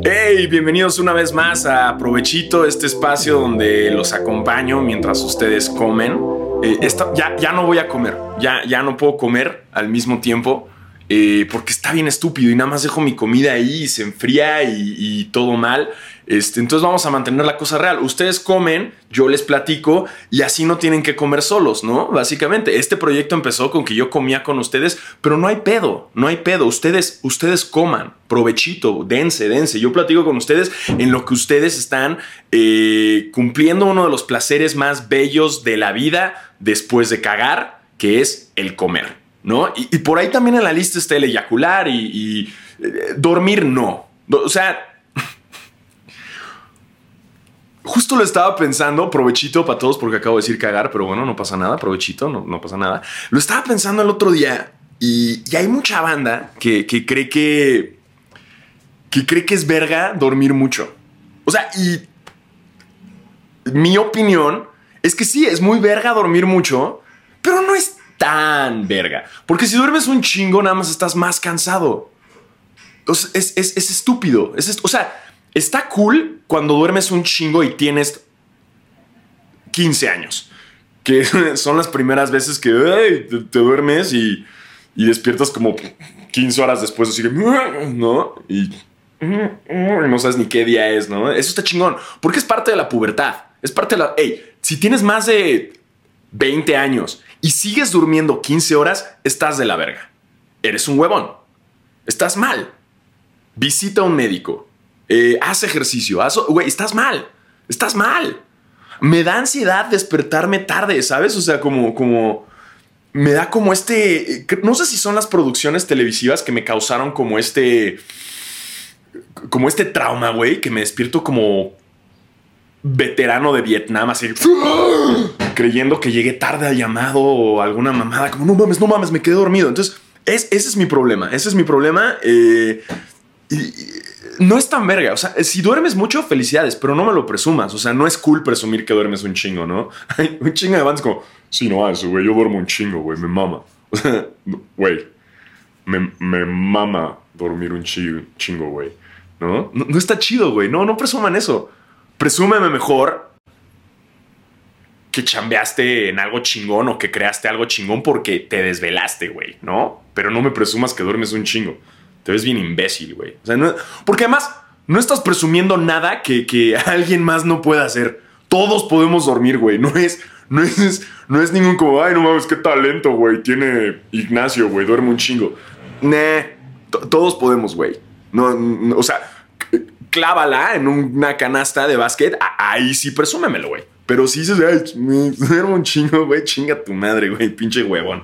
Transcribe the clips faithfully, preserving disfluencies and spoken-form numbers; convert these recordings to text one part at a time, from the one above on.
Hey, bienvenidos una vez más a Provechito, este espacio donde los acompaño mientras ustedes comen. Eh, esta, ya, ya no voy a comer, ya, ya no puedo comer al mismo tiempo eh, porque está bien estúpido y nada más dejo mi comida ahí y se enfría y, y todo mal. Este, entonces vamos a mantener la cosa real. Ustedes comen, yo les platico y así no tienen que comer solos, ¿no? Básicamente, este proyecto empezó con que yo comía con ustedes, pero no hay pedo, no hay pedo. Ustedes, ustedes coman, provechito, dense, dense. Yo platico con ustedes en lo que ustedes están eh, cumpliendo uno de los placeres más bellos de la vida después de cagar, que es el comer, ¿no? Y, y por ahí también en la lista está el eyacular y, y eh, dormir no. O sea... Justo lo estaba pensando, provechito para todos porque acabo de decir cagar, pero bueno, no pasa nada, provechito, no, no pasa nada. Lo estaba pensando el otro día y, y hay mucha banda que, que cree que, que cree que es verga dormir mucho. O sea, y mi opinión es que sí, es muy verga dormir mucho, pero no es tan verga. Porque si duermes un chingo, nada más estás más cansado. O sea, es, es, es estúpido. Es, o sea... Está cool cuando duermes un chingo y tienes quince años, que son las primeras veces que ay, te, te duermes y, y despiertas como quince horas después, así que, ¿no? Y, y no sabes ni qué día es, ¿no? Eso está chingón, porque es parte de la pubertad. Es parte de la... Hey, si tienes más de veinte años y sigues durmiendo quince horas, estás de la verga. Eres un huevón. Estás mal. Visita a un médico. Eh, haz ejercicio, haz, güey, estás mal, estás mal. Me da ansiedad despertarme tarde, ¿sabes? O sea, como, como, me da como este, no sé si son las producciones televisivas que me causaron como este, como este trauma, güey, que me despierto como veterano de Vietnam, así, creyendo que llegué tarde al llamado o alguna mamada, como no mames, no mames, me quedé dormido. Entonces, es, ese es mi problema, ese es mi problema. Eh, y, y no es tan verga. O sea, si duermes mucho, felicidades, pero no me lo presumas. O sea, no es cool presumir que duermes un chingo, ¿no? Un chingo de bandas como, sí, no, eso, güey, yo duermo un chingo, güey, me mama. O sea, güey, me, me mama dormir un chingo, güey, ¿no? ¿no? No está chido, güey. No, no presuman eso. Presúmeme mejor que chambeaste en algo chingón o que creaste algo chingón porque te desvelaste, güey, ¿no? Pero no me presumas que duermes un chingo. Te ves bien imbécil, güey. O sea, no, porque además no estás presumiendo nada que, que alguien más no pueda hacer. Todos podemos dormir, güey. No es, no es, no es ningún como, ay, no mames, qué talento, güey. Tiene Ignacio, güey, duerme un chingo. Nah, todos podemos, güey. No, no, o sea, clávala en una canasta de básquet. Ahí sí, presúmemelo, güey. Pero si dices, ay, me duermo un chingo, güey, chinga tu madre, güey, pinche huevón.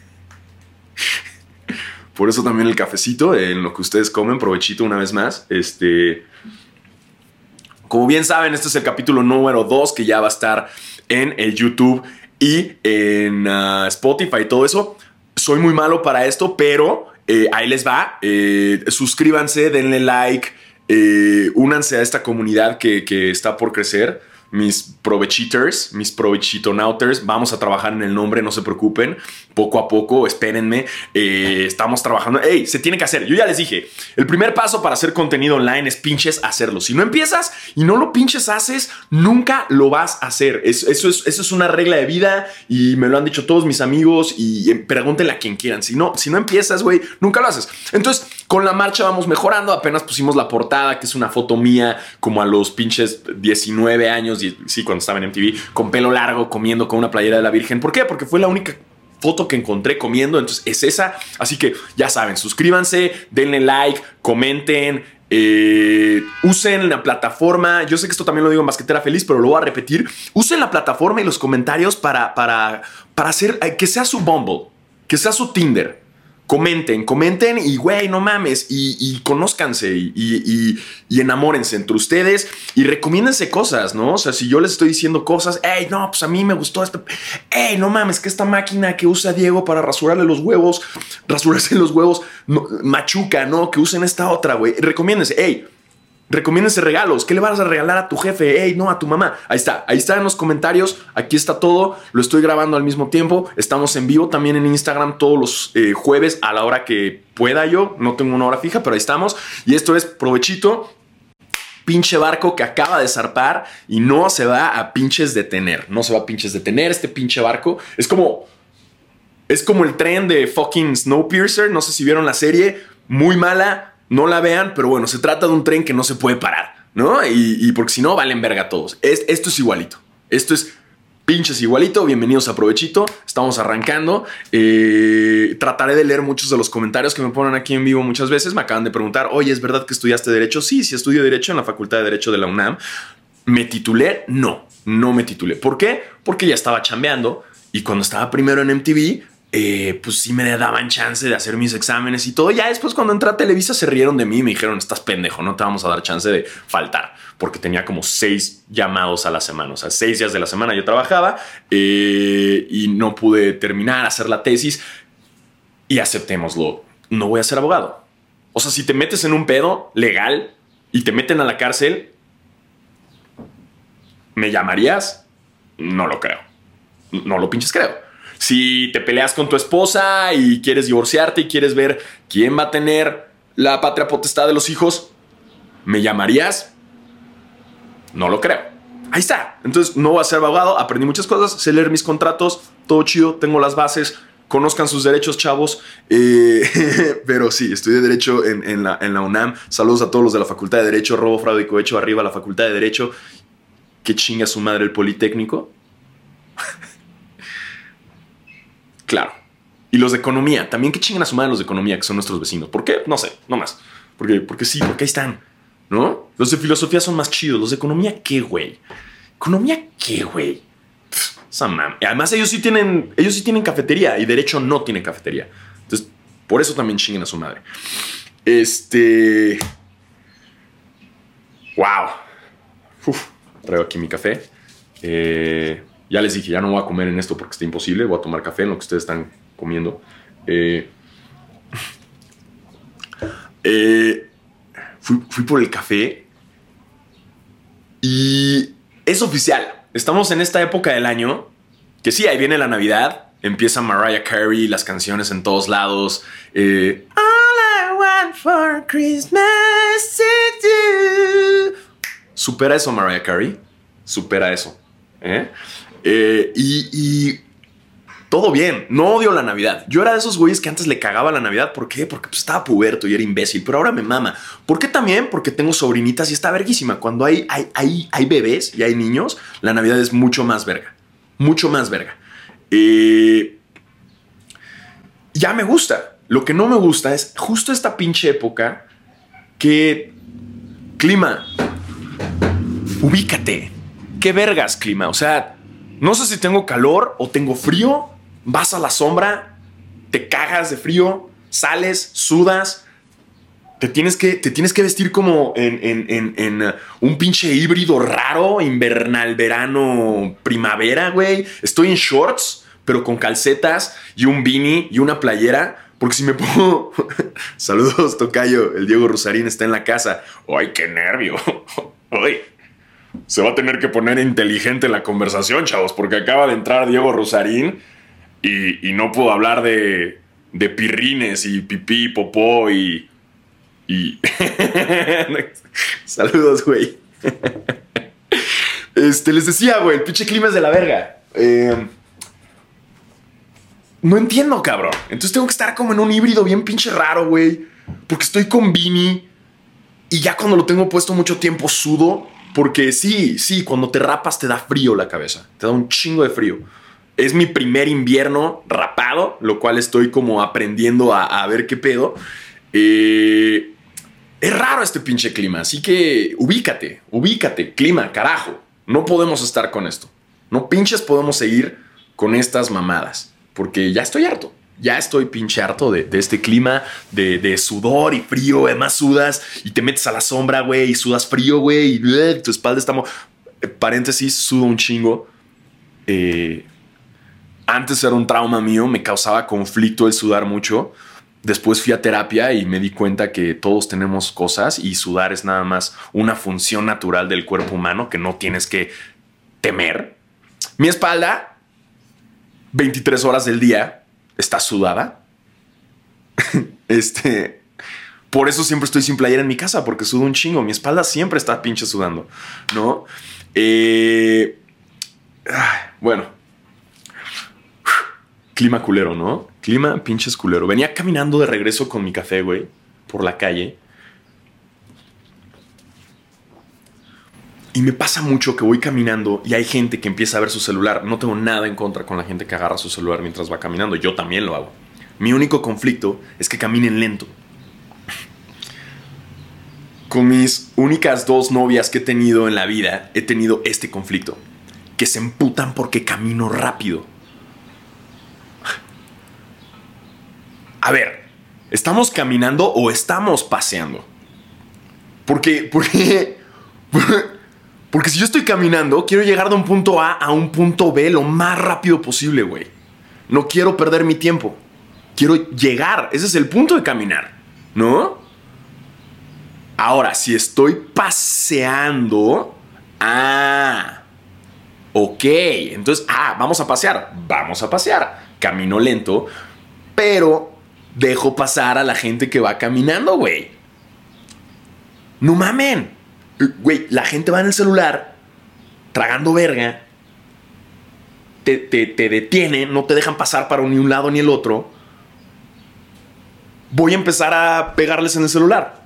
Por eso también el cafecito, en lo que ustedes comen, provechito una vez más. Este, como bien saben, este es el capítulo número dos que ya va a estar en el YouTube y en uh, Spotify y todo eso. Soy muy malo para esto, pero eh, ahí les va. Eh, suscríbanse, denle like, eh, únanse a esta comunidad que, que está por crecer. Mis provechiters, mis provechitonauters, vamos a trabajar en el nombre, no se preocupen, poco a poco, espérenme, eh, estamos trabajando. Hey, se tiene que hacer, yo ya les dije, el primer paso para hacer contenido online es pinches hacerlo. Si no empiezas y no lo pinches haces, nunca lo vas a hacer. Es, eso, es, eso es una regla de vida y me lo han dicho todos mis amigos y eh, pregúntenle a quien quieran. Si no, si no empiezas, güey, nunca lo haces. Entonces, con la marcha vamos mejorando, apenas pusimos la portada, que es una foto mía como a los pinches diecinueve años, sí, cuando estaba en M T V, con pelo largo, comiendo con una playera de la Virgen. ¿Por qué? Porque fue la única foto que encontré comiendo, entonces es esa. Así que ya saben, suscríbanse, denle like, comenten, eh, usen la plataforma. Yo sé que esto también lo digo en Basquetera Feliz, pero lo voy a repetir. Usen la plataforma y los comentarios para, para, para hacer que sea su Bumble, que sea su Tinder. Comenten, comenten y, güey, no mames, y, y conózcanse y, y, y enamórense entre ustedes y recomiéndense cosas, ¿no? O sea, si yo les estoy diciendo cosas, hey, no, pues a mí me gustó esto, hey, no mames, que esta máquina que usa Diego para rasurarle los huevos, rasurarse los huevos, no, machuca, ¿no? Que usen esta otra, güey. Recomiéndense, hey, recomiéndense regalos. ¿Qué le vas a regalar a tu jefe? Hey, no, a tu mamá. Ahí está, ahí está en los comentarios. Aquí está todo. Lo estoy grabando al mismo tiempo. Estamos en vivo también en Instagram todos los eh, jueves a la hora que pueda yo. No tengo una hora fija, pero ahí estamos. Y esto es Provechito. pinche barco que acaba de zarpar y no se va a pinches detener. No se va a pinches detener este pinche barco. Es como... Es como el tren de fucking Snowpiercer. No sé si vieron la serie. Muy mala. No la vean. Pero bueno, se trata de un tren que no se puede parar, ¿no? Y, y porque si no, valen verga todos. Es, esto es igualito. Esto es pinches igualito. Bienvenidos a Provechito. Estamos arrancando. Eh, trataré de leer muchos de los comentarios que me ponen aquí en vivo muchas veces. Me acaban de preguntar, oye, ¿es verdad que estudiaste Derecho? Sí, sí estudio Derecho en la Facultad de Derecho de la UNAM. ¿Me titulé? No, no me titulé. ¿Por qué? Porque ya estaba chambeando. Y cuando estaba primero en M T V... Eh, pues sí me daban chance de hacer mis exámenes y todo. Ya después cuando entré a Televisa se rieron de mí y me dijeron, estás pendejo, no te vamos a dar chance de faltar, porque tenía como seis llamados a la semana. O sea, seis días de la semana yo trabajaba eh, y no pude terminar, hacer la tesis. Y aceptémoslo, no voy a ser abogado. O sea, si te metes en un pedo legal y te meten a la cárcel, ¿me llamarías? No lo creo. No lo pinches creo. Si te peleas con tu esposa y quieres divorciarte y quieres ver quién va a tener la patria potestad de los hijos, ¿me llamarías? No lo creo. Ahí está. Entonces no voy a ser abogado. Aprendí muchas cosas. Sé leer mis contratos. Todo chido. Tengo las bases. Conozcan sus derechos, chavos. Eh, pero sí, estudié Derecho en, en, la, en la UNAM. Saludos a todos los de la Facultad de Derecho. Robo, fraude y cohecho. Arriba la Facultad de Derecho. Que chinga su madre el Politécnico. Claro. Y los de economía. También que chingan a su madre los de economía, que son nuestros vecinos. ¿Por qué? No sé. No más. Porque, porque sí, porque ahí están. ¿No? Los de filosofía son más chidos. Los de economía, ¿qué, güey? ¿Economía qué, güey? Además, ellos sí tienen, ellos sí tienen cafetería y Derecho no tiene cafetería. Entonces, por eso también chingan a su madre. Este... Wow. Uf, traigo aquí mi café. Eh... Ya les dije, ya no voy a comer en esto porque está imposible. Voy a tomar café en lo que ustedes están comiendo. Eh, eh, fui, fui por el café y es oficial. Estamos en esta época del año que sí, ahí viene la Navidad. Empieza Mariah Carey, las canciones en todos lados. Eh, All I want for Christmas is you. Supera eso, Mariah Carey. Supera eso. ¿Eh? Eh, y, y todo bien, no odio la Navidad. Yo era de esos güeyes que antes le cagaba la Navidad. ¿Por qué? Porque pues, estaba puberto y era imbécil. Pero ahora me mama. ¿Por qué también? Porque tengo sobrinitas y está verguísima. Cuando hay, hay, hay, hay bebés y hay niños, la Navidad es mucho más verga. Mucho más verga. Eh, ya me gusta. Lo que no me gusta es justo esta pinche época que... Clima, ubícate. ¿Qué vergas, clima? O sea... No sé si tengo calor o tengo frío. Vas a la sombra, te cagas de frío, sales, sudas. Te tienes que, te tienes que vestir como en, en, en, en uh, un pinche híbrido raro, invernal, verano, primavera, güey. Estoy en shorts, pero con calcetas y un beanie y una playera. Porque si me pongo... Saludos, tocayo. El Diego Rosarín está en la casa. ¡Ay, qué nervio! ¡Ay! Se va a tener que poner inteligente la conversación, chavos, porque acaba de entrar Diego Rosarín y, y no puedo hablar de, de pirrines y pipí, popó y... y... Saludos, güey. Este, les decía, güey, el pinche clima es de la verga. Eh, no entiendo, cabrón. Entonces tengo que estar como en un híbrido bien pinche raro, güey, porque estoy con beanie y ya cuando lo tengo puesto mucho tiempo sudo. Porque sí, sí, cuando te rapas te da frío la cabeza. Te da un chingo de frío. Es mi primer invierno rapado, lo cual estoy como aprendiendo a, a ver qué pedo. Eh, es raro este pinche clima, así que ubícate, ubícate, clima, carajo. No podemos estar con esto. No pinches podemos seguir con estas mamadas, porque ya estoy harto. Ya estoy pinche harto de, de este clima de, de sudor y frío. Además sudas y te metes a la sombra, güey, y sudas frío, güey, y bleh, tu espalda está... Mo- eh, paréntesis, sudo un chingo. Eh, antes era un trauma mío, me causaba conflicto el sudar mucho. Después fui a terapia y me di cuenta que todos tenemos cosas y sudar es nada más una función natural del cuerpo humano que no tienes que temer. Mi espalda, veintitrés horas del día... está sudada. Este, Por eso siempre estoy sin playera en mi casa, porque sudo un chingo. Mi espalda siempre está pinche sudando, ¿no? Eh, bueno. Clima culero, ¿no? Clima pinches culero. Venía caminando de regreso con mi café, güey, por la calle. Y me pasa mucho que voy caminando y hay gente que empieza a ver su celular. No tengo nada en contra con la gente que agarra su celular mientras va caminando. Yo también lo hago. Mi único conflicto es que caminen lento. Con mis únicas dos novias que he tenido en la vida, he tenido este conflicto. Que se emputan porque camino rápido. A ver, ¿estamos caminando o estamos paseando? Porque, porque, porque si yo estoy caminando, quiero llegar de un punto A a un punto B lo más rápido posible, güey. No quiero perder mi tiempo. Quiero llegar. Ese es el punto de caminar, ¿no? Ahora, si estoy paseando... Ah, ok. Entonces, ah, vamos a pasear. Vamos a pasear. Camino lento, pero dejo pasar a la gente que va caminando, güey. No mamen. Güey, la gente va en el celular tragando verga. Te, te, te detienen, no te dejan pasar para ni un lado ni el otro. Voy a empezar a pegarles en el celular.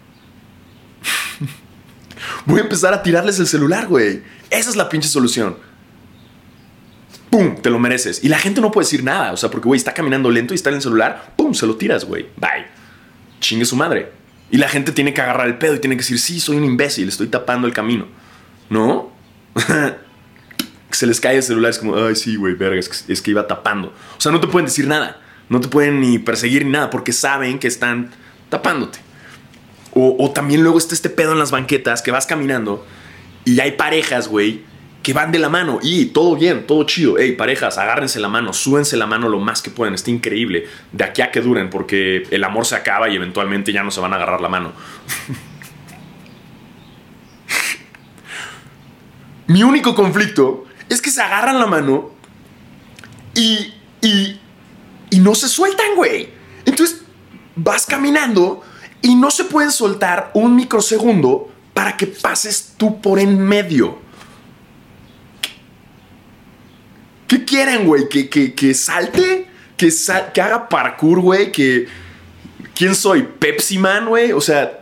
Voy a empezar a tirarles el celular, güey. Esa es la pinche solución. ¡Pum! Te lo mereces. Y la gente no puede decir nada. O sea, porque, güey, está caminando lento y está en el celular. ¡Pum! Se lo tiras, güey. Bye. Chingue su madre. Y la gente tiene que agarrar el pedo y tiene que decir, sí, soy un imbécil, estoy tapando el camino. ¿No? Se les cae el celular. Es como, ay, sí, güey, verga, es que, es que iba tapando. O sea, no te pueden decir nada. No te pueden ni perseguir ni nada porque saben que están tapándote. O, o también luego está este pedo en las banquetas que vas caminando y hay parejas, güey, que van de la mano y todo bien, todo chido. Ey, parejas, agárrense la mano, súbense la mano lo más que puedan. Está increíble. De aquí a que duren porque el amor se acaba y eventualmente ya no se van a agarrar la mano. Mi único conflicto es que se agarran la mano y, y, y no se sueltan, güey. Entonces vas caminando y no se pueden soltar un microsegundo para que pases tú por en medio. ¿Qué quieren, güey? ¿Que, que, que salte? ¿Que, sal que haga parkour, güey? ¿Que... ¿Quién soy? ¿Pepsi Man, güey? O sea...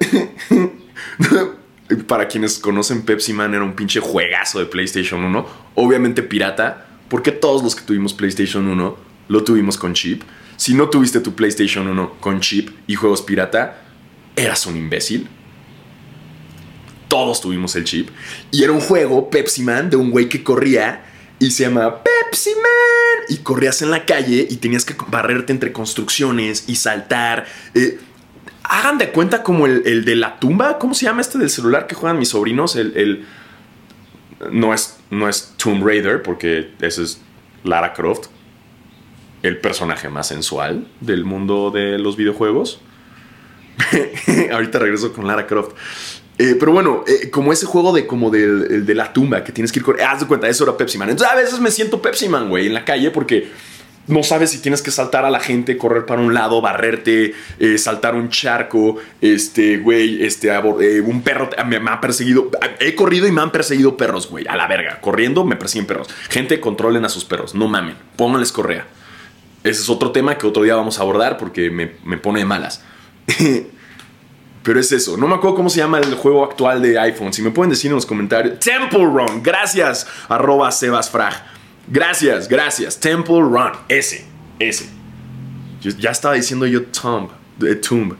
Para quienes conocen, Pepsi Man era un pinche juegazo de PlayStation uno. Obviamente pirata, porque todos los que tuvimos PlayStation uno lo tuvimos con chip. Si no tuviste tu PlayStation uno con chip y juegos pirata, eras un imbécil. Todos tuvimos el chip. Y era un juego, Pepsi Man, de un güey que corría y se llama Pepsi Man. Y corrías en la calle y tenías que barrerte entre construcciones y saltar. Eh, hagan de cuenta como el, el de la tumba. ¿Cómo se llama este del celular que juegan mis sobrinos? El, el, no, es, no es Tomb Raider, porque ese es Lara Croft, el personaje más sensual del mundo de los videojuegos. Ahorita regreso con Lara Croft. Eh, pero bueno, eh, como ese juego de como de, de, de la tumba que tienes que ir con... Eh, haz de cuenta, eso era Pepsi Man. Entonces a veces me siento Pepsi Man, güey, en la calle porque no sabes si tienes que saltar a la gente, correr para un lado, barrerte, eh, saltar un charco, este, güey, este, eh, un perro me, me ha perseguido. He corrido y me han perseguido perros, güey, a la verga. Corriendo me persiguen perros. Gente, controlen a sus perros, no mamen, pónganles correa. Ese es otro tema que otro día vamos a abordar porque me, me pone de malas. Pero es eso. No me acuerdo cómo se llama el juego actual de iPhone. Si me pueden decir en los comentarios. Temple Run. Gracias. Arroba Sebasfrag. Gracias, gracias. Temple Run. Ese. Ese. Yo ya estaba diciendo yo Tomb. De Tomb.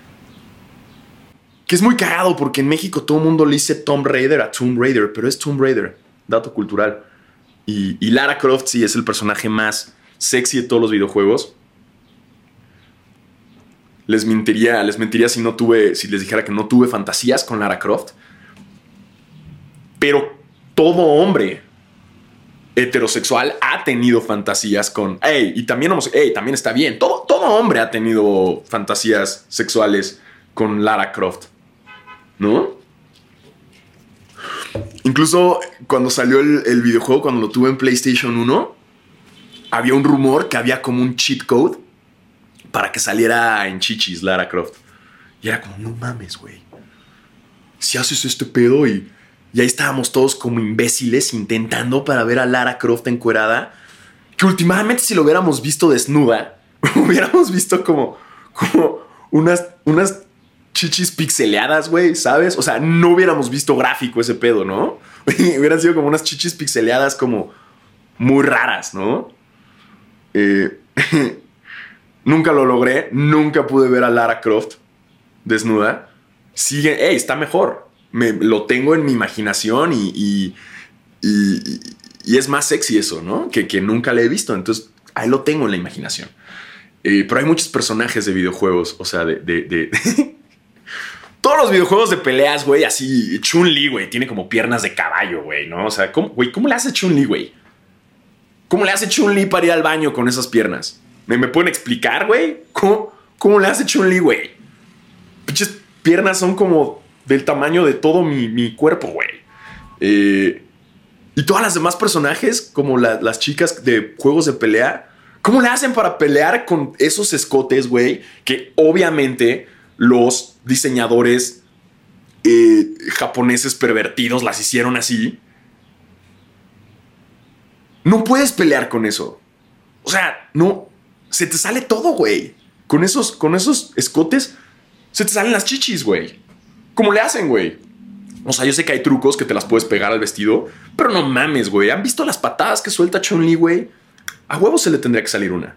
Que es muy cagado porque en México todo el mundo le dice Tomb Raider a Tomb Raider. Pero es Tomb Raider. Dato cultural. Y, y Lara Croft sí es el personaje más sexy de todos los videojuegos. Les mentiría, les mentiría si no tuve, si les dijera que no tuve fantasías con Lara Croft. Pero todo hombre heterosexual ha tenido fantasías con... Ey, y también, ey, también está bien. Todo, todo hombre ha tenido fantasías sexuales con Lara Croft, ¿no? Incluso cuando salió el, el videojuego, cuando lo tuve en PlayStation uno, había un rumor que había como un cheat code para que saliera en chichis Lara Croft. Y era como, no mames, güey. Si haces este pedo y, y ahí estábamos todos como imbéciles intentando para ver a Lara Croft encuerada, que últimamente si lo hubiéramos visto desnuda, hubiéramos visto como, como unas, unas chichis pixeleadas, güey, ¿sabes? O sea, no hubiéramos visto gráfico ese pedo, ¿no? Hubieran sido como unas chichis pixeleadas como muy raras, ¿no? Eh, nunca lo logré, nunca pude ver a Lara Croft desnuda. Sigue, hey, está mejor. Me, lo tengo en mi imaginación y, y, y, y es más sexy eso, ¿no? Que, que nunca le he visto. Entonces, ahí lo tengo en la imaginación. Eh, pero hay muchos personajes de videojuegos, o sea, de... de, de todos los videojuegos de peleas, güey, así... Chun-Li, güey, tiene como piernas de caballo, güey, ¿no? O sea, ¿cómo, güey, ¿cómo le hace Chun-Li, güey? ¿Cómo le hace Chun-Li para ir al baño con esas piernas? ¿Me, me pueden explicar, güey? ¿Cómo, ¿Cómo le hace Chun-Li, güey? Pinches piernas son como del tamaño de todo mi, mi cuerpo, güey. Eh, y todas las demás personajes, como la, las chicas de juegos de pelea, ¿cómo le hacen para pelear con esos escotes, güey? Que obviamente los diseñadores eh, japoneses pervertidos las hicieron así. No puedes pelear con eso. O sea, no. Se te sale todo, güey. Con esos, con esos escotes se te salen las chichis, güey. ¿Cómo le hacen, güey? O sea, yo sé que hay trucos que te las puedes pegar al vestido, pero no mames, güey. ¿Han visto las patadas que suelta Chun-Li, güey? A huevo se le tendría que salir una.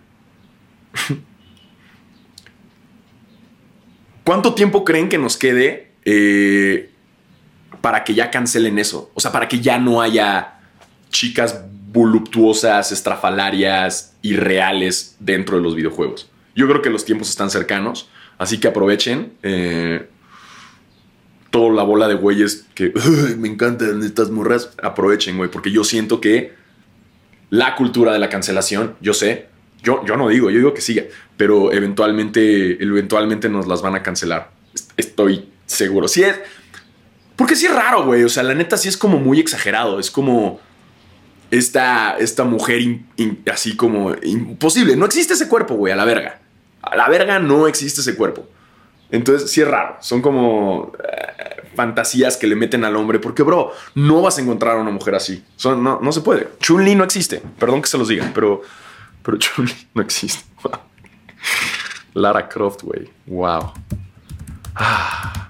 ¿Cuánto tiempo creen que nos quede eh, para que ya cancelen eso? O sea, para que ya no haya chicas voluptuosas, estrafalarias, irreales dentro de los videojuegos. Yo creo que los tiempos están cercanos, así que aprovechen eh, toda la bola de güeyes que me encantan estas morras. Aprovechen, güey, porque yo siento que la cultura de la cancelación, yo sé, yo, yo no digo, yo digo que siga, pero eventualmente, eventualmente nos las van a cancelar. Estoy seguro. Sí es, porque sí es raro, güey. O sea, la neta sí es como muy exagerado. Es como esta, esta mujer in, in, así como imposible. No existe ese cuerpo, güey, a la verga. A la verga no existe ese cuerpo. Entonces sí es raro. Son como eh, fantasías que le meten al hombre. Porque, bro, no vas a encontrar a una mujer así. Son, no, no se puede. Chun-Li no existe. Perdón que se los diga, pero, pero Chun-Li no existe. Wow. Lara Croft, güey. Wow. Ah.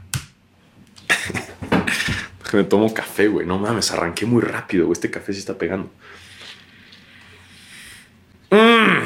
Me tomo café, güey. No mames, arranqué muy rápido, güey. Este café sí está pegando. Mm.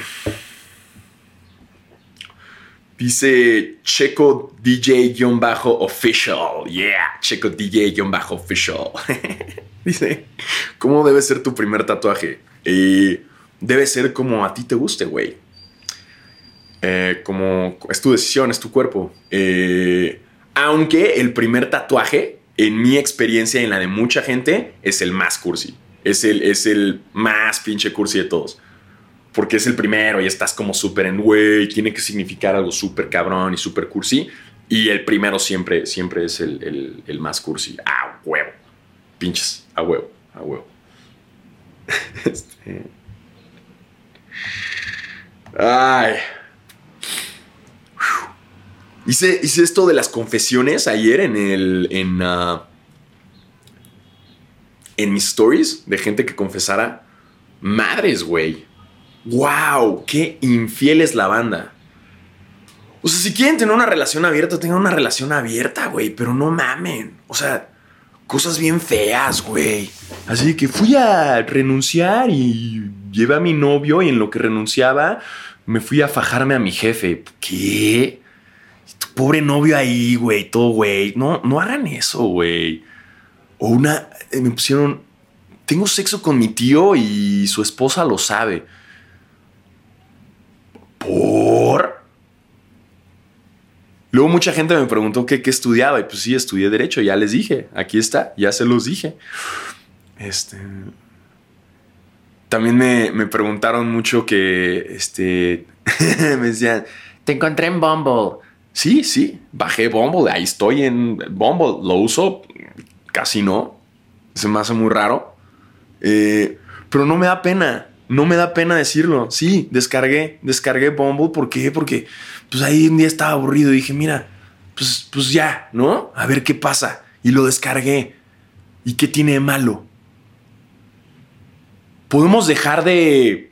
Dice Checo D J-Official. Yeah, Checo D J-Official. Dice, ¿cómo debe ser tu primer tatuaje? Eh, debe ser como a ti te guste, güey. Eh, como es tu decisión, es tu cuerpo. Eh, aunque el primer tatuaje, en mi experiencia y en la de mucha gente, es el más cursi. Es el, es el más pinche cursi de todos. Porque es el primero y estás como súper en güey. Tiene que significar algo súper cabrón y súper cursi. Y el primero siempre, siempre es el, el, el más cursi. A huevo. Pinches. A huevo. A huevo. Este... Ay. Hice, hice esto de las confesiones ayer en el en, uh, en mis stories de gente que confesara. Madres, güey. Wow, qué infiel es la banda. O sea, si quieren tener una relación abierta, tengan una relación abierta, güey. Pero no mamen. O sea, cosas bien feas, güey. Así que fui a renunciar y llevé a mi novio y en lo que renunciaba me fui a fajarme a mi jefe. ¿Qué? Tu pobre novio ahí, güey, todo, güey. No, no hagan eso, güey. O una... Eh, me pusieron... Tengo sexo con mi tío y su esposa lo sabe. ¿Por? Luego mucha gente me preguntó qué, qué estudiaba. Y pues sí, estudié Derecho. Ya les dije. Aquí está. Ya se los dije. Este... También me, me preguntaron mucho que... Este... me decían... Te encontré en Bumble. Sí, sí, bajé Bumble, ahí estoy en Bumble, lo uso casi no, se me hace muy raro, eh, pero no me da pena, no me da pena decirlo. Sí, descargué, descargué Bumble, ¿por qué? Porque pues ahí un día estaba aburrido y dije, mira, pues, pues ya, ¿no? A ver qué pasa. Y lo descargué. ¿Y qué tiene de malo? Podemos dejar de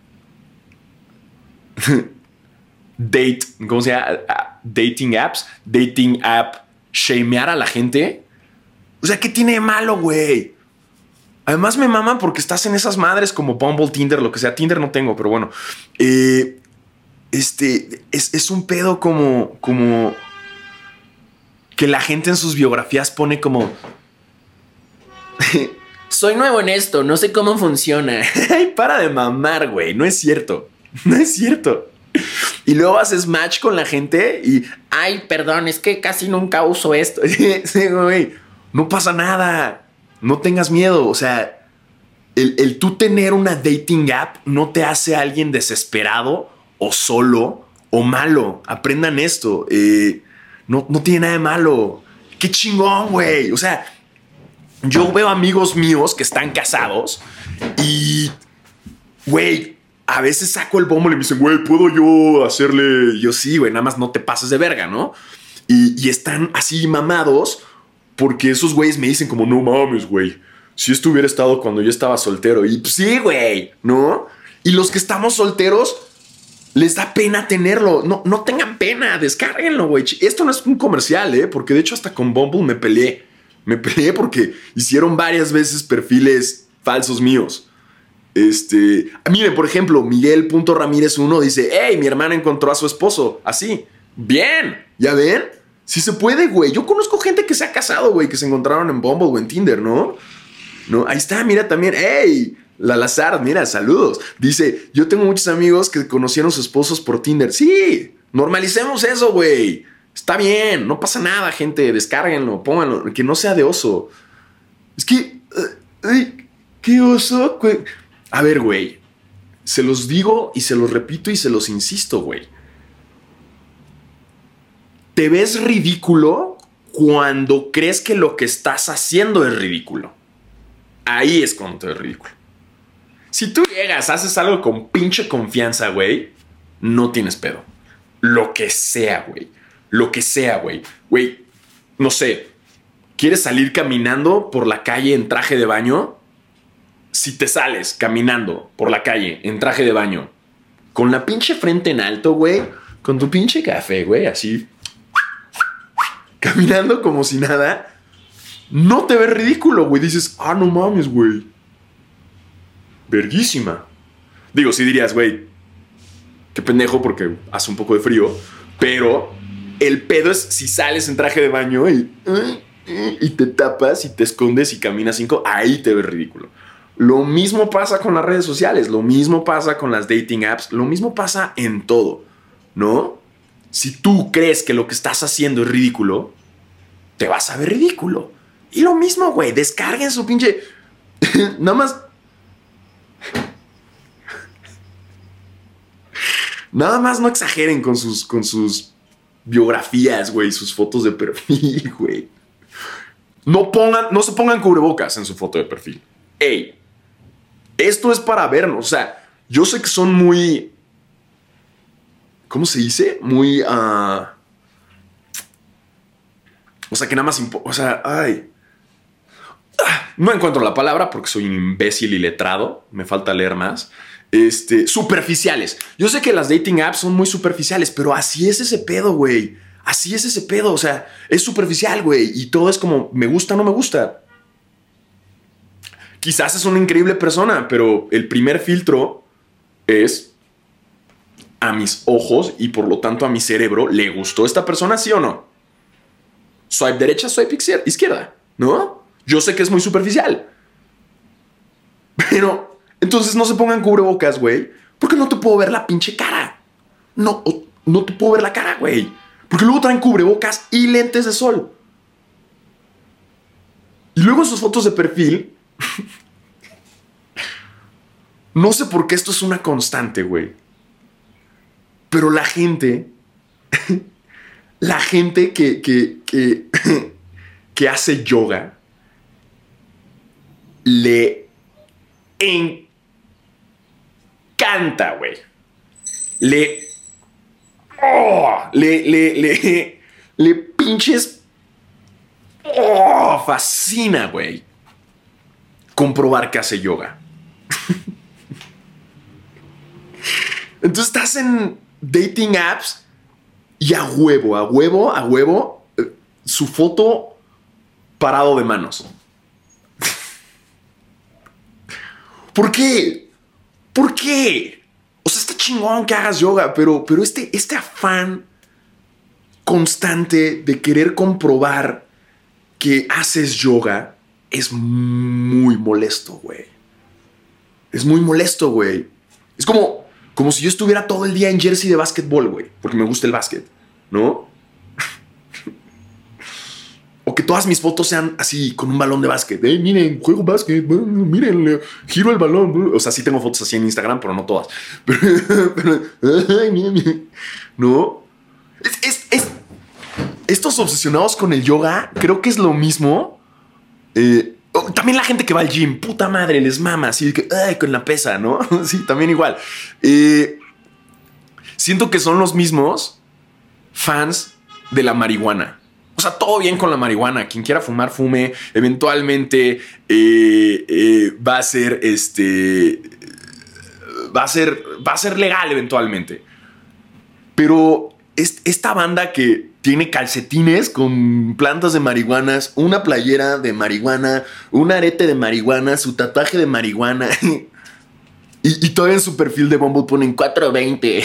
date, ¿cómo se llama? Dating apps, dating app, shamear a la gente. O sea, ¿qué tiene de malo, güey? Además me maman porque estás en esas madres como Bumble, Tinder, lo que sea. Tinder no tengo, pero bueno. Eh, este es, es un pedo como, como que la gente en sus biografías pone como soy nuevo en esto, no sé cómo funciona. Ay, para de mamar, güey. No es cierto. No es cierto. Y luego haces match con la gente y ay, perdón, es que casi nunca uso esto. Sí, güey. No pasa nada. No tengas miedo. O sea, el, el tú tener una dating app no te hace a alguien desesperado o solo o malo. Aprendan esto. Eh, no, no tiene nada de malo. Qué chingón, güey. O sea, yo veo amigos míos que están casados y, güey, a veces saco el Bumble y me dicen, güey, ¿puedo yo hacerle? Y yo sí, güey, nada más no te pases de verga, ¿no? Y, y están así mamados porque esos güeyes me dicen como, no mames, güey, si esto hubiera estado cuando yo estaba soltero. Y pues, sí, güey, ¿no? Y los que estamos solteros les da pena tenerlo. No, no tengan pena, descárguenlo, güey. Esto no es un comercial, ¿eh? Porque de hecho hasta con Bumble me peleé. Me peleé porque hicieron varias veces perfiles falsos míos. Este, miren, por ejemplo, Miguel.Ramírez uno dice, hey, mi hermana encontró a su esposo. Así. Bien. ¿Ya ven? Sí se puede, güey. Yo conozco gente que se ha casado, güey, que se encontraron en Bumble o en Tinder, ¿no? No, ahí está, mira también. Hey, la Lazar, mira, saludos. Dice, yo tengo muchos amigos que conocieron a sus esposos por Tinder. Sí, normalicemos eso, güey. Está bien, no pasa nada, gente. Descárguenlo, pónganlo, que no sea de oso. Es que, uh, ay, qué oso, güey. A ver, güey, se los digo y se los repito y se los insisto, güey. Te ves ridículo cuando crees que lo que estás haciendo es ridículo. Ahí es cuando te ves ridículo. Si tú llegas, haces algo con pinche confianza, güey, no tienes pedo. Lo que sea, güey. Lo que sea, güey. Güey, no sé. ¿Quieres salir caminando por la calle en traje de baño? Si te sales caminando por la calle en traje de baño, con la pinche frente en alto, güey, con tu pinche café, güey, así, caminando como si nada, no te ves ridículo, güey. Dices, ah, no mames, güey. Verguísima. Digo, sí dirías, güey, qué pendejo porque hace un poco de frío, pero el pedo es si sales en traje de baño y, y te tapas y te escondes y caminas cinco, ahí te ves ridículo. Lo mismo pasa con las redes sociales, lo mismo pasa con las dating apps, lo mismo pasa en todo, ¿no? Si tú crees que lo que estás haciendo es ridículo, te vas a ver ridículo. Y lo mismo, güey, descarguen su pinche... Nada más... Nada más no exageren con sus, con sus biografías, güey, sus fotos de perfil, güey. No pongan, no se pongan cubrebocas en su foto de perfil. Ey, esto es para vernos. O sea, yo sé que son muy... ¿Cómo se dice? Muy... Uh, o sea, que nada más... O sea, ay... No encuentro la palabra porque soy un imbécil y letrado. Me falta leer más. Este, superficiales. Yo sé que las dating apps son muy superficiales, pero así es ese pedo, güey. Así es ese pedo. O sea, es superficial, güey. Y todo es como, me gusta o no me gusta. Quizás es una increíble persona, pero el primer filtro es a mis ojos y por lo tanto a mi cerebro. ¿Le gustó esta persona, sí o no? Swipe derecha, swipe izquierda, ¿no? Yo sé que es muy superficial. Pero entonces no se pongan cubrebocas, güey. Porque no te puedo ver la pinche cara. No, no te puedo ver la cara, güey. Porque luego traen cubrebocas y lentes de sol. Y luego en sus fotos de perfil... No sé por qué esto es una constante, güey. Pero la gente... la gente que, que, que, que hace yoga... Le encanta, güey. Le, oh, le, le, le, le pinches... Oh, fascina, güey. Comprobar que hace yoga. Entonces estás en dating apps y a huevo, a huevo, a huevo, eh, su foto parado de manos. ¿Por qué? ¿Por qué? O sea, está chingón que hagas yoga, pero, pero este, este afán constante de querer comprobar que haces yoga es muy molesto, güey. Es muy molesto, güey. Es como, como si yo estuviera todo el día en jersey de básquetbol, güey, porque me gusta el básquet, ¿no? O que todas mis fotos sean así, con un balón de básquet. Eh, miren, juego básquet, miren, giro el balón. O sea, sí tengo fotos así en Instagram, pero no todas. Pero, pero, ay, miren, miren. ¿No? Es, es, es, estos obsesionados con el yoga, creo que es lo mismo. Eh, oh, también la gente que va al gym, puta madre, les mama, así que, ay, con la pesa, ¿no? Sí, también igual. Eh, siento que son los mismos fans de la marihuana. O sea, todo bien con la marihuana. Quien quiera fumar, fume. Eventualmente eh, eh, va a ser este. Va a ser. Va a ser legal eventualmente. Pero es, esta banda que tiene calcetines con plantas de marihuanas, una playera de marihuana, un arete de marihuana, su tatuaje de marihuana. y, y todavía en su perfil de Bumble ponen cuatro veinte.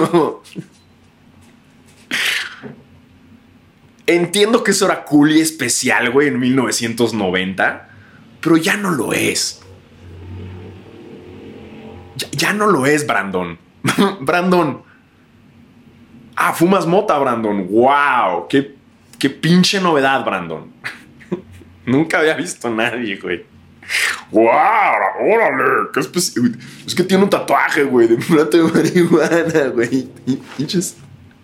Entiendo que eso era cool y especial, güey, en mil novecientos noventa, pero ya no lo es. Ya, ya no lo es, Brandon. Brandon. Ah, fumas mota, Brandon. Wow, qué, qué pinche novedad, Brandon. Nunca había visto a nadie, güey. ¡Wow! ¡Órale! ¿Qué especi- es que tiene un tatuaje, güey, de planta de marihuana, güey. Pinches.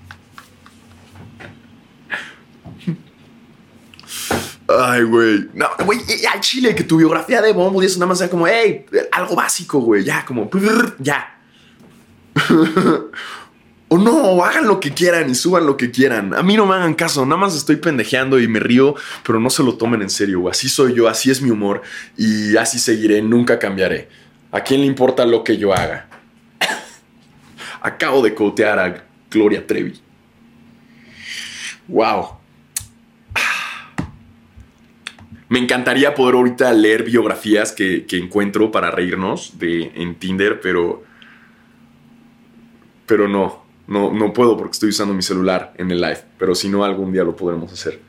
Ay, güey. No, güey, al chile, que tu biografía de Bumble y eso nada más sea como, hey, algo básico, güey. Ya, como, ya. O no, o hagan lo que quieran y suban lo que quieran. A mí no me hagan caso, nada más estoy pendejeando y me río, pero no se lo tomen en serio, güey. Así soy yo, así es mi humor y así seguiré, nunca cambiaré. ¿A quién le importa lo que yo haga? Acabo de cotear a Gloria Trevi. Wow. Me encantaría poder ahorita leer biografías que, que encuentro para reírnos de, en Tinder, pero... Pero no, no, no puedo porque estoy usando mi celular en el live. Pero si no, algún día lo podremos hacer.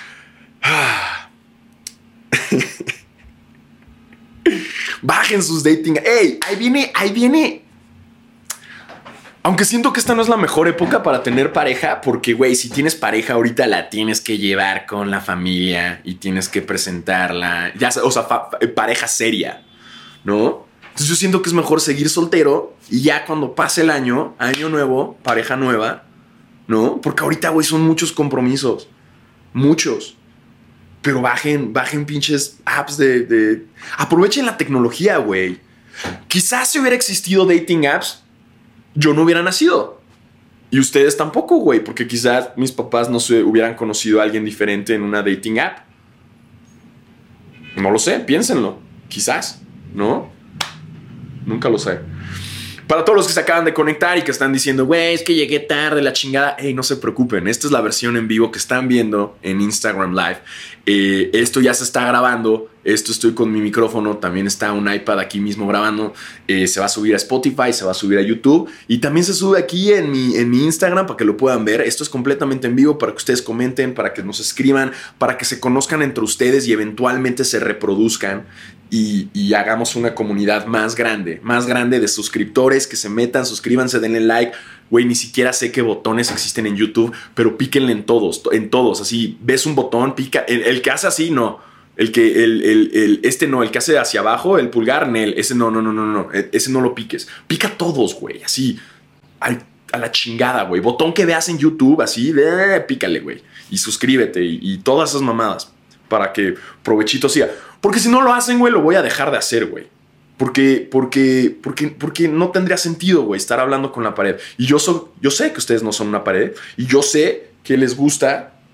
Bajen sus dating... ¡Ey! Ahí viene, ahí viene... Aunque siento que esta no es la mejor época para tener pareja, porque, güey, si tienes pareja ahorita la tienes que llevar con la familia y tienes que presentarla, ya, o sea, fa- pareja seria, ¿no? Entonces yo siento que es mejor seguir soltero y ya cuando pase el año, año nuevo, pareja nueva, ¿no? Porque ahorita, güey, son muchos compromisos, muchos. Pero bajen, bajen pinches apps de... de... Aprovechen la tecnología, güey. Quizás si hubiera existido dating apps, yo no hubiera nacido. Y ustedes tampoco, güey, porque quizás mis papás no se hubieran conocido a alguien diferente en una dating app. No lo sé, piénsenlo. Quizás, ¿no? Nunca lo sé. Para todos los que se acaban de conectar y que están diciendo, güey, es que llegué tarde, la chingada. Hey, no se preocupen. Esta es la versión en vivo que están viendo en Instagram Live. Eh, esto ya se está grabando. Esto estoy con mi micrófono. También está un iPad aquí mismo grabando. Eh, se va a subir a Spotify, se va a subir a YouTube. Y también se sube aquí en mi, en mi Instagram para que lo puedan ver. Esto es completamente en vivo para que ustedes comenten, para que nos escriban, para que se conozcan entre ustedes y eventualmente se reproduzcan. Y, y hagamos una comunidad más grande, más grande de suscriptores que se metan, suscríbanse, denle like. Güey, ni siquiera sé qué botones existen en YouTube, pero píquenle en todos, en todos. Así, ves un botón, pica. El, el que hace así, no. El que, el, el, el, este no, el que hace hacia abajo, el pulgar, Nel. Ese no, no, no, no, no. Ese no lo piques. Pica todos, güey. Así, al, a la chingada, güey. Botón que veas en YouTube, así, eh, pícale, güey. Y suscríbete y, y todas esas mamadas para que provechito sea. Porque si no lo hacen, güey, lo voy a dejar de hacer, güey. Porque, porque, porque, porque no tendría sentido, güey, estar hablando con la pared. Y yo, so, yo sé que ustedes no son una pared. Y yo sé que les gusta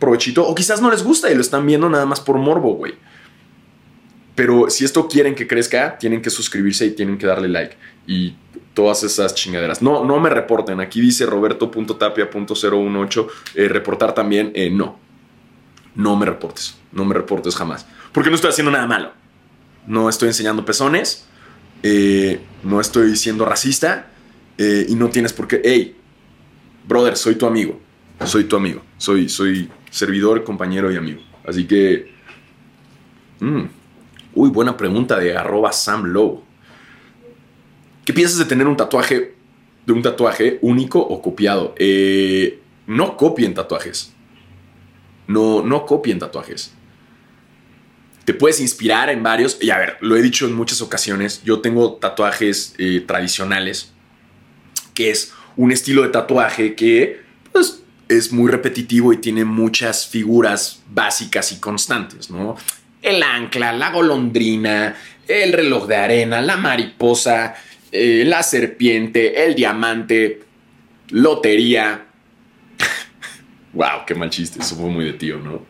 provechito. O quizás no les gusta y lo están viendo nada más por morbo, güey. Pero si esto quieren que crezca, tienen que suscribirse y tienen que darle like. Y todas esas chingaderas. No, no me reporten. Aquí dice roberto punto tapia punto cero uno ocho. Eh, reportar también. Eh, no. No me reportes. No me reportes jamás. Porque no estoy haciendo nada malo. No estoy enseñando pezones. Eh, no estoy siendo racista. Eh, y no tienes por qué. Hey, brother, soy tu amigo. Soy tu amigo. Soy, soy servidor, compañero y amigo. Así que... Mmm. Uy, buena pregunta de arroba Sam Low. ¿Qué piensas de tener un tatuaje, de un tatuaje único o copiado? Eh, no copien tatuajes. No, no copien tatuajes. Te puedes inspirar en varios. Y a ver, lo he dicho en muchas ocasiones. Yo tengo tatuajes eh, tradicionales, que es un estilo de tatuaje que pues, es muy repetitivo y tiene muchas figuras básicas y constantes, ¿no? El ancla, la golondrina, el reloj de arena, la mariposa, eh, la serpiente, el diamante, lotería. Wow, qué mal chiste. Eso fue muy de tío, ¿no?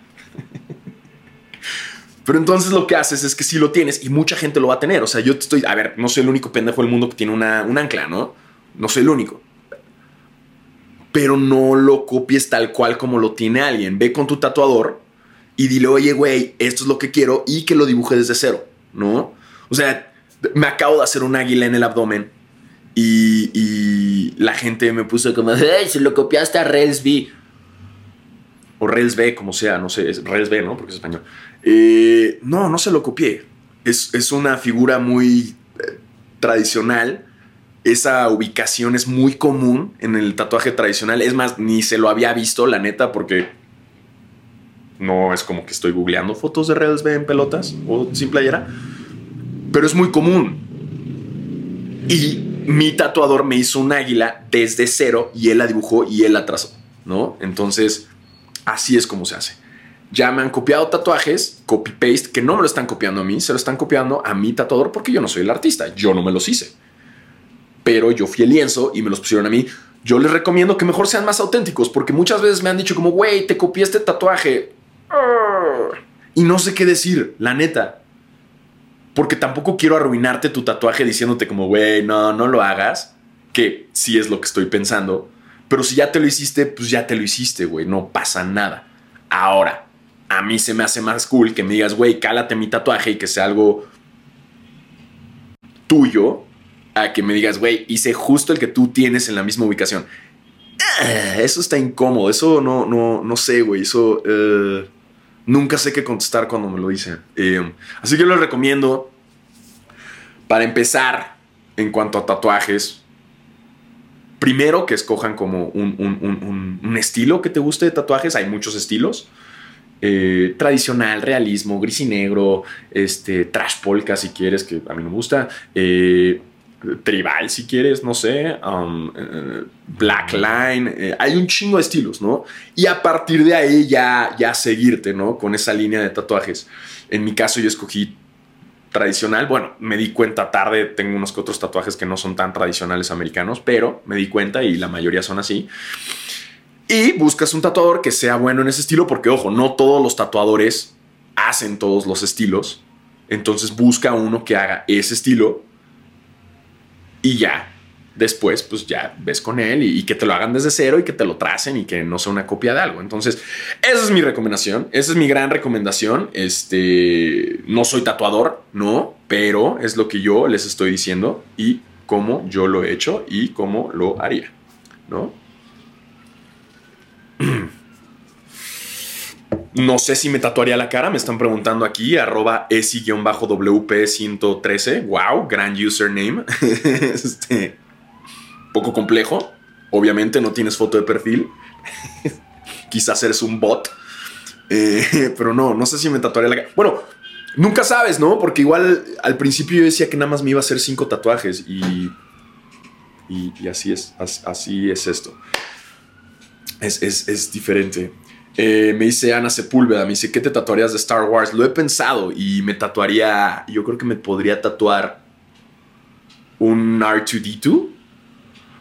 Pero entonces lo que haces es que si lo tienes y mucha gente lo va a tener. O sea, yo te estoy... A ver, no soy el único pendejo del mundo que tiene una, un ancla, ¿no? No soy el único. Pero no lo copies tal cual como lo tiene alguien. Ve con tu tatuador y dile, oye, güey, esto es lo que quiero y que lo dibuje desde cero, ¿no? O sea, me acabo de hacer un águila en el abdomen y, y la gente me puso como, hey, se lo copiaste a Rails B. O Rails B, como sea, no sé, es Rails B, ¿no? Porque es español. Eh, no, no se lo copié. Es, es una figura muy eh, tradicional. Esa ubicación es muy común en el tatuaje tradicional. Es más, ni se lo había visto, la neta, porque... No es como que estoy googleando fotos de Rails B en pelotas o sin playera. Pero es muy común. Y mi tatuador me hizo un águila desde cero y él la dibujó y él la trazó, ¿no? Entonces, así es como se hace. Ya me han copiado tatuajes, copy-paste, que no me lo están copiando a mí, se lo están copiando a mi tatuador porque yo no soy el artista. Yo no me los hice. Pero yo fui el lienzo y me los pusieron a mí. Yo les recomiendo que mejor sean más auténticos porque muchas veces me han dicho como, güey, te copié este tatuaje. Y no sé qué decir, la neta. Porque tampoco quiero arruinarte tu tatuaje diciéndote como, güey, no, no lo hagas. Que sí es lo que estoy pensando. Pero si ya te lo hiciste, pues ya te lo hiciste, güey. No pasa nada. Ahora, a mí se me hace más cool que me digas, güey, cálate mi tatuaje y que sea algo tuyo. A que me digas, güey, hice justo el que tú tienes en la misma ubicación. Eso está incómodo. Eso no, no, no sé, güey. Eso... Uh... Nunca sé qué contestar cuando me lo dicen. Eh, así que les recomiendo, para empezar, en cuanto a tatuajes, primero que escojan como un, un, un, un estilo que te guste de tatuajes. Hay muchos estilos. Eh, tradicional, realismo, gris y negro, este, trash polka si quieres, que a mí me gusta. Eh, tribal si quieres, no sé, um, uh, black line, eh, hay un chingo de estilos, ¿no? Y a partir de ahí ya, ya seguirte, ¿no? Con esa línea de tatuajes. En mi caso yo escogí tradicional, bueno, me di cuenta tarde, tengo unos que otros tatuajes que no son tan tradicionales americanos, pero me di cuenta y la mayoría son así. Y buscas un tatuador que sea bueno en ese estilo, porque ojo, no todos los tatuadores hacen todos los estilos, entonces busca uno que haga ese estilo. Y ya, después, pues ya ves con él y, y que te lo hagan desde cero y que te lo tracen y que no sea una copia de algo. Entonces, esa es mi recomendación. Esa es mi gran recomendación. Este, no soy tatuador, no, pero es lo que yo les estoy diciendo y cómo yo lo he hecho y cómo lo haría, ¿no? No sé si me tatuaría la cara, me están preguntando aquí, arroba esi-W P ciento trece. Wow, gran username. este, poco complejo. Obviamente no tienes foto de perfil. Quizás eres un bot. Eh, pero no, no sé si me tatuaría la cara. Bueno, nunca sabes, ¿no? Porque igual al principio yo decía que nada más me iba a hacer cinco tatuajes y, y, y así es, así es esto. Es, es, es diferente. Eh, me dice Ana Sepúlveda, me dice, ¿qué te tatuarías de Star Wars? Lo he pensado y me tatuaría, yo creo que me podría tatuar un R dos D dos.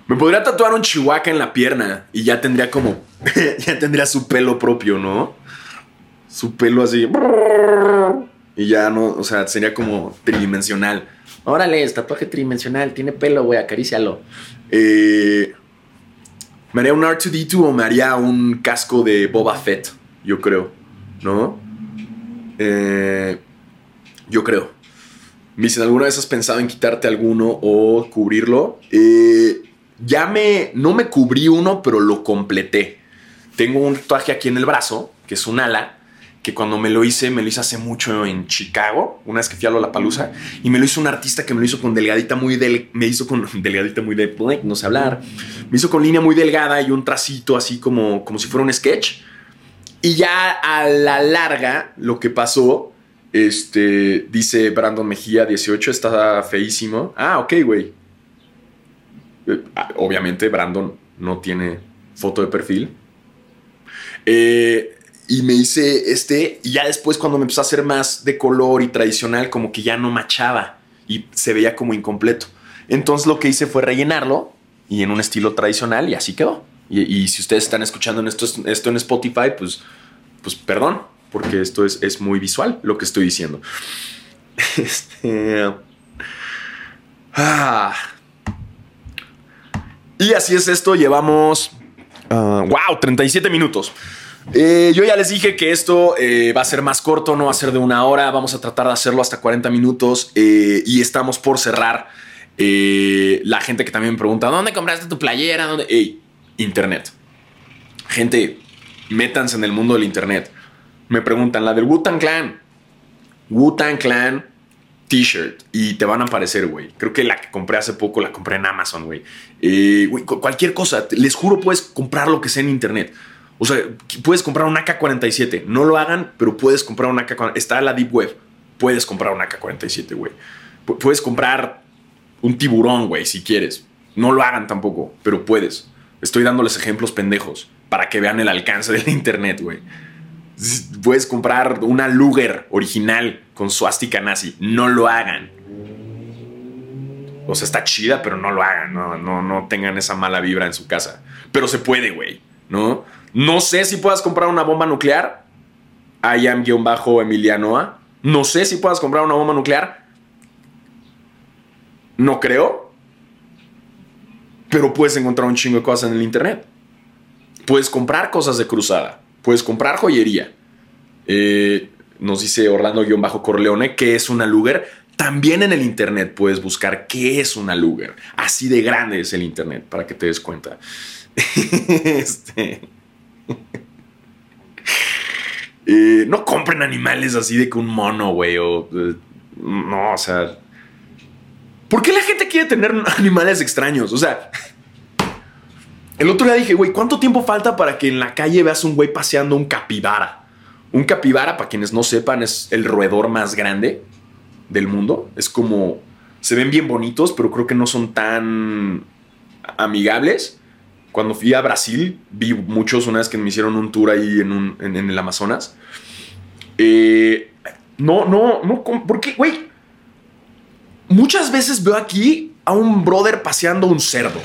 Me podría tatuar un chihuahua en la pierna y ya tendría como... ya tendría su pelo propio, ¿no? Su pelo así... Y ya no... O sea, sería como tridimensional. Órale, es tatuaje tridimensional. Tiene pelo, güey, acarícialo. Eh... Me haría un R dos D dos o me haría un casco de Boba Fett, yo creo, ¿no? Eh, yo creo. Me dicen, ¿alguna vez has pensado en quitarte alguno o cubrirlo? Eh, ya me... No me cubrí uno, pero lo completé. Tengo un tatuaje aquí en el brazo, que es un ala, que cuando me lo hice, me lo hice hace mucho en Chicago, una vez que fui a Lollapalooza, y me lo hizo un artista que me lo hizo con delgadita muy del, me hizo con delgadita muy de, no sé hablar, me hizo con línea muy delgada y un tracito así como, como si fuera un sketch. Y ya a la larga, lo que pasó, este, dice Brandon Mejía dieciocho, está feísimo. Ah, ok, güey. Eh, obviamente Brandon no tiene foto de perfil. Eh... Y me hice este, y ya después cuando me empezó a hacer más de color y tradicional, como que ya no machaba y se veía como incompleto. Entonces lo que hice fue rellenarlo y en un estilo tradicional y así quedó. Y, y si ustedes están escuchando esto, esto en Spotify, pues, pues perdón, porque esto es, es muy visual lo que estoy diciendo. Este, ah. Y así es esto, llevamos... Uh, wow, treinta y siete minutos. Eh, yo ya les dije que esto eh, va a ser más corto, no va a ser de una hora. Vamos a tratar de hacerlo hasta cuarenta minutos eh, y estamos por cerrar. Eh, la gente que también me pregunta, ¿dónde compraste tu playera? ¿Dónde? Ey, internet. Gente, métanse en el mundo del internet. Me preguntan, la del Wu-Tang Clan. Wu-Tang Clan t-shirt y te van a aparecer, güey. Creo que la que compré hace poco la compré en Amazon, güey. Eh, cualquier cosa, les juro, puedes comprar lo que sea en internet. O sea, puedes comprar un A K cuarenta y siete. No lo hagan, pero puedes comprar un A K cuarenta y siete. Está en la Deep Web. Puedes comprar un A K cuarenta y siete, güey. P- puedes comprar un tiburón, güey, si quieres. No lo hagan tampoco, pero puedes. Estoy dándoles ejemplos pendejos para que vean el alcance del internet, güey. Puedes comprar una Luger original con suástica nazi. No lo hagan. O sea, está chida, pero no lo hagan. No, no, no tengan esa mala vibra en su casa. Pero se puede, güey, ¿no? No sé si puedas comprar una bomba nuclear. I am-Emilianoa. No sé si puedas comprar una bomba nuclear. No creo. Pero puedes encontrar un chingo de cosas en el internet. Puedes comprar cosas de cruzada. Puedes comprar joyería. Eh, nos dice Orlando-Corleone que es una Luger. También en el internet puedes buscar qué es una Luger. Así de grande es el internet, para que te des cuenta. este... eh, no compren animales así de que un mono, güey. O, eh, no, o sea... ¿Por qué la gente quiere tener animales extraños? O sea... El otro día dije, güey, ¿cuánto tiempo falta para que en la calle veas un güey paseando un capibara? Un capibara, para quienes no sepan, es el roedor más grande del mundo. Es como... Se ven bien bonitos, pero creo que no son tan amigables. Cuando fui a Brasil, vi muchos una vez que me hicieron un tour ahí en, un, en, en el Amazonas. Eh, no, no, no. ¿Por qué, güey? Muchas veces veo aquí a un brother paseando un cerdo.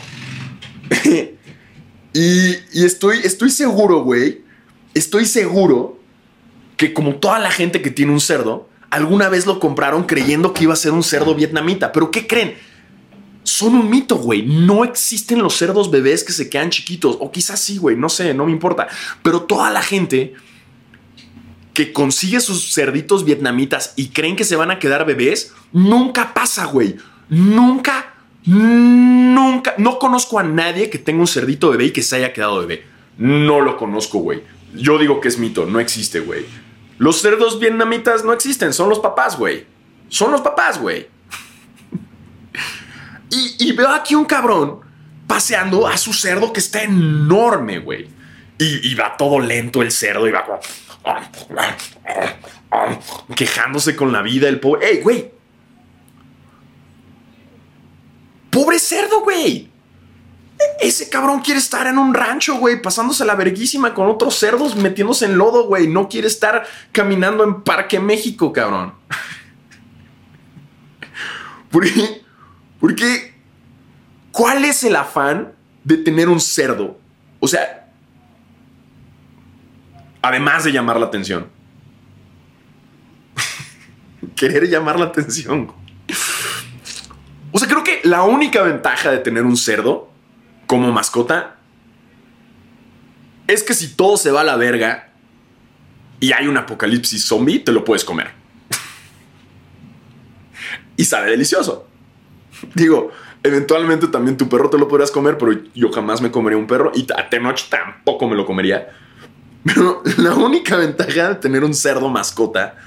y, y estoy, estoy seguro, güey. Estoy seguro que como toda la gente que tiene un cerdo, alguna vez lo compraron creyendo que iba a ser un cerdo vietnamita. ¿Pero qué creen? Son un mito, güey. No existen los cerdos bebés que se quedan chiquitos. O quizás sí, güey. No sé, no me importa. Pero toda la gente que consigue sus cerditos vietnamitas y creen que se van a quedar bebés, nunca pasa, güey. Nunca, nunca. No conozco a nadie que tenga un cerdito bebé y que se haya quedado bebé. No lo conozco, güey. Yo digo que es mito. No existe, güey. Los cerdos vietnamitas no existen. Son los papás, güey. Son los papás, güey. Y, y veo aquí un cabrón paseando a su cerdo que está enorme, güey. Y, y va todo lento el cerdo y va como... quejándose con la vida el pobre. ¡Ey, güey! ¡Pobre cerdo, güey! Ese cabrón quiere estar en un rancho, güey, pasándose la verguísima con otros cerdos, metiéndose en lodo, güey. No quiere estar caminando en Parque México, cabrón. ¿Por qué? Porque, ¿cuál es el afán de tener un cerdo? O sea, además de llamar la atención. Querer llamar la atención. O sea, creo que la única ventaja de tener un cerdo como mascota es que si todo se va a la verga y hay un apocalipsis zombie, te lo puedes comer. Y sabe delicioso. Digo, eventualmente también tu perro te lo podrías comer, pero yo jamás me comería un perro y a Tenoch tampoco me lo comería. Pero la única ventaja de tener un cerdo mascota,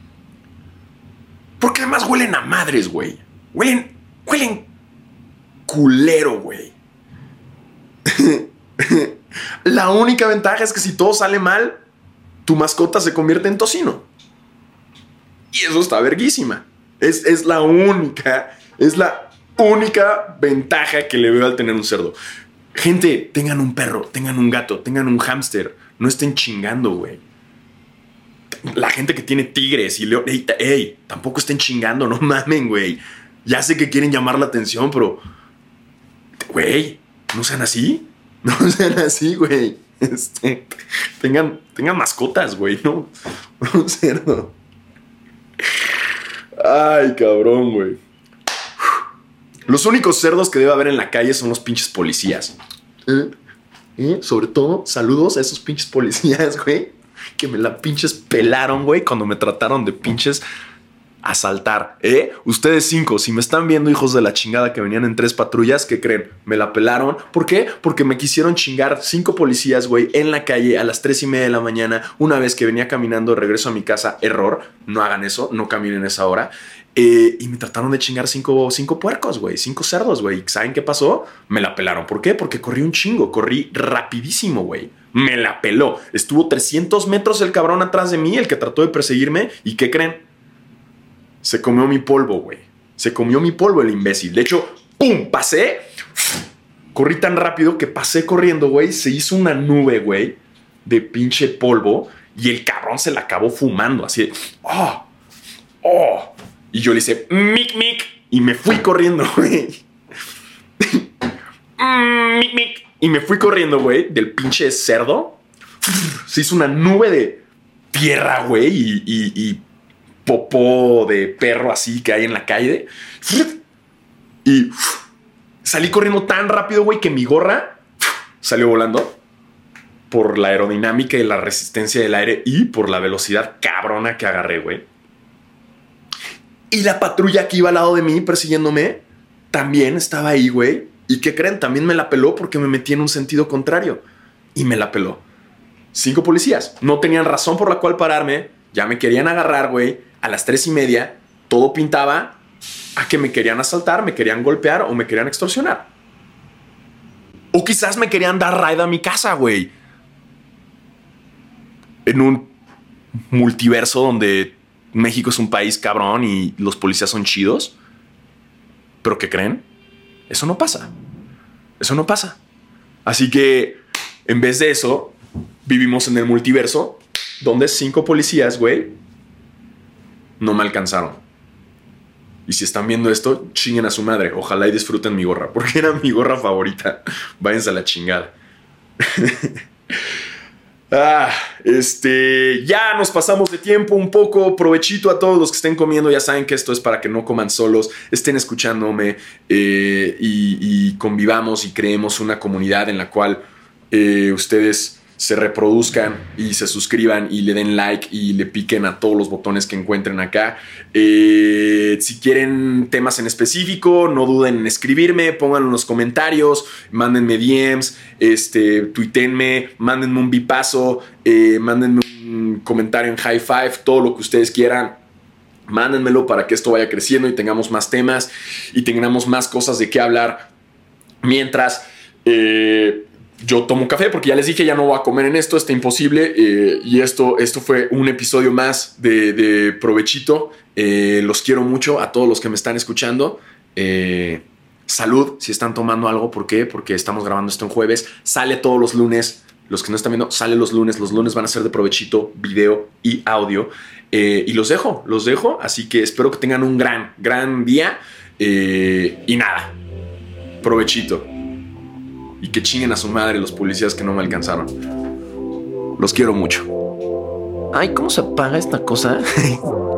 porque además huelen a madres, güey. Huelen, huelen culero, güey. La única ventaja es que si todo sale mal, tu mascota se convierte en tocino. Y eso está verguísima. Es, es la única, es la única ventaja que le veo al tener un cerdo. Gente, tengan un perro, tengan un gato, tengan un hámster. No estén chingando, güey. La gente que tiene tigres y leones, ey, ey, tampoco estén chingando, no mamen, güey. Ya sé que quieren llamar la atención, pero, güey, no sean así. No sean así, güey. Este, tengan, tengan mascotas, güey, no, un cerdo. Ay, cabrón, güey. Los únicos cerdos que debe haber en la calle son los pinches policías. ¿Eh? ¿Eh? Sobre todo, saludos a esos pinches policías, güey, que me la pinches pelaron, güey, cuando me trataron de pinches asaltar. ¿Eh? Ustedes cinco, si me están viendo, hijos de la chingada, que venían en tres patrullas, ¿qué creen? Me la pelaron. ¿Por qué? Porque me quisieron chingar cinco policías, güey, en la calle a las tres y media de la mañana, una vez que venía caminando de regreso a mi casa. Error, no hagan eso, no caminen esa hora. Eh, y me trataron de chingar cinco, cinco puercos, güey, cinco cerdos, güey. ¿Saben qué pasó? Me la pelaron. ¿Por qué? Porque corrí un chingo, corrí rapidísimo, güey. Me la peló. Estuvo trescientos metros el cabrón atrás de mí, el que trató de perseguirme. ¿Y qué creen? Se comió mi polvo, güey. Se comió mi polvo el imbécil. De hecho, ¡pum! Pasé. Corrí tan rápido que pasé corriendo, güey. Se hizo una nube, güey, de pinche polvo. Y el cabrón se la acabó fumando. Así de... ¡Oh! ¡Oh! Y yo le hice... ¡Mic, mic! Y me fui corriendo, güey. ¡Mic, mic! Y me fui corriendo, güey, del pinche cerdo. Se hizo una nube de tierra, güey. Y... y, y popó de perro así que hay en la calle. Y salí corriendo tan rápido, güey, que mi gorra salió volando por la aerodinámica y la resistencia del aire y por la velocidad cabrona que agarré, güey. Y la patrulla que iba al lado de mí persiguiéndome también estaba ahí, güey. ¿Y qué creen? También me la peló porque me metí en un sentido contrario. Y me la peló. Cinco policías. No tenían razón por la cual pararme. Ya me querían agarrar, güey. A las tres y media, todo pintaba a que me querían asaltar, me querían golpear o me querían extorsionar. O quizás me querían dar raid a mi casa, güey. En un multiverso donde México es un país cabrón y los policías son chidos. ¿Pero qué creen? Eso no pasa. Eso no pasa. Así que, en vez de eso, vivimos en el multiverso donde cinco policías, güey, no me alcanzaron. Y si están viendo esto, chinguen a su madre. Ojalá y disfruten mi gorra, porque era mi gorra favorita. Váyanse a la chingada. ah, este, ya nos pasamos de tiempo un poco. Provechito a todos los que estén comiendo. Ya saben que esto es para que no coman solos, estén escuchándome eh, y, y convivamos y creemos una comunidad en la cual eh, ustedes se reproduzcan y se suscriban y le den like y le piquen a todos los botones que encuentren acá. Eh, si quieren temas en específico, no duden en escribirme, pónganlo en los comentarios, mándenme D Ms, este, tuítenme, mándenme un bipazo, eh, mándenme un comentario en high five, todo lo que ustedes quieran. Mándenmelo para que esto vaya creciendo y tengamos más temas y tengamos más cosas de qué hablar. Mientras... Eh, Yo tomo café porque ya les dije, ya no voy a comer en esto, está imposible. Eh, y esto, esto fue un episodio más de, de Provechito. Eh, los quiero mucho a todos los que me están escuchando. Eh, salud si están tomando algo. ¿Por qué? Porque estamos grabando esto en jueves. Sale todos los lunes. Los que no están viendo, sale los lunes. Los lunes van a ser de Provechito, video y audio. Eh, y los dejo, los dejo. Así que espero que tengan un gran, gran día. Eh, y nada, Provechito. Y que chinguen a su madre los policías que no me alcanzaron. Los quiero mucho. Ay, ¿cómo se apaga esta cosa?